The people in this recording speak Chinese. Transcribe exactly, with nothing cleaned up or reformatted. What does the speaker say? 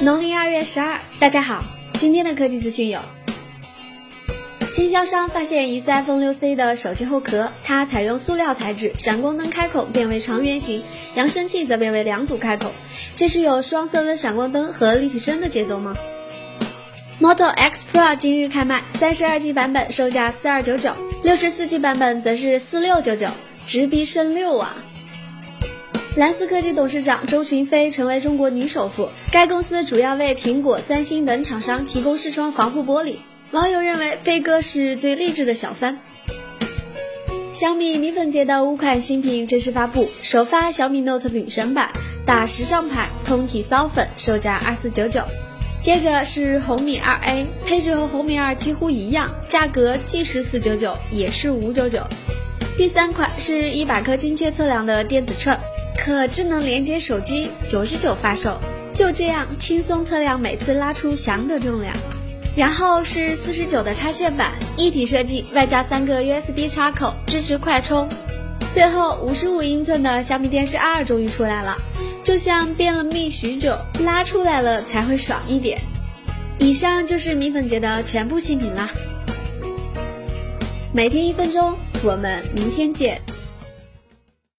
农历二月十二，大家好，今天的科技资讯有：经销商发现疑似 iPhone 六 C 的手机后壳，它采用塑料材质，闪光灯开孔变为长圆形，扬声器则变为两组开孔，这是有双色的闪光灯和立体声的节奏吗？ Moto X Pro 今日开卖， 三十二 G 版本售价四二九九， 六十四 G 版本则是四六九九，直逼升六啊！蓝思科技董事长周群飞成为中国女首富，该公司主要为苹果、三星等厂商提供视窗防护玻璃。网友认为飞哥是最励志的小三。小米米粉节的五款新品正式发布，首发小米 Note 女神版，大时尚牌，通体骚粉，售价二四九九。接着是红米 二 A， 配置和红米二几乎一样，价格既是四九九，也是五九九。第三款是一百克精确测量的电子秤，可智能连接手机，九十九发售，就这样轻松测量每次拉出翔的重量。然后是四十九的插线板，一体设计，外加三个 U S B 插口，支持快充。最后五十五英寸的小米电视二终于出来了，就像便了秘许久，拉出来了才会爽一点。以上就是米粉节的全部新品啦。每天一分钟，我们明天见。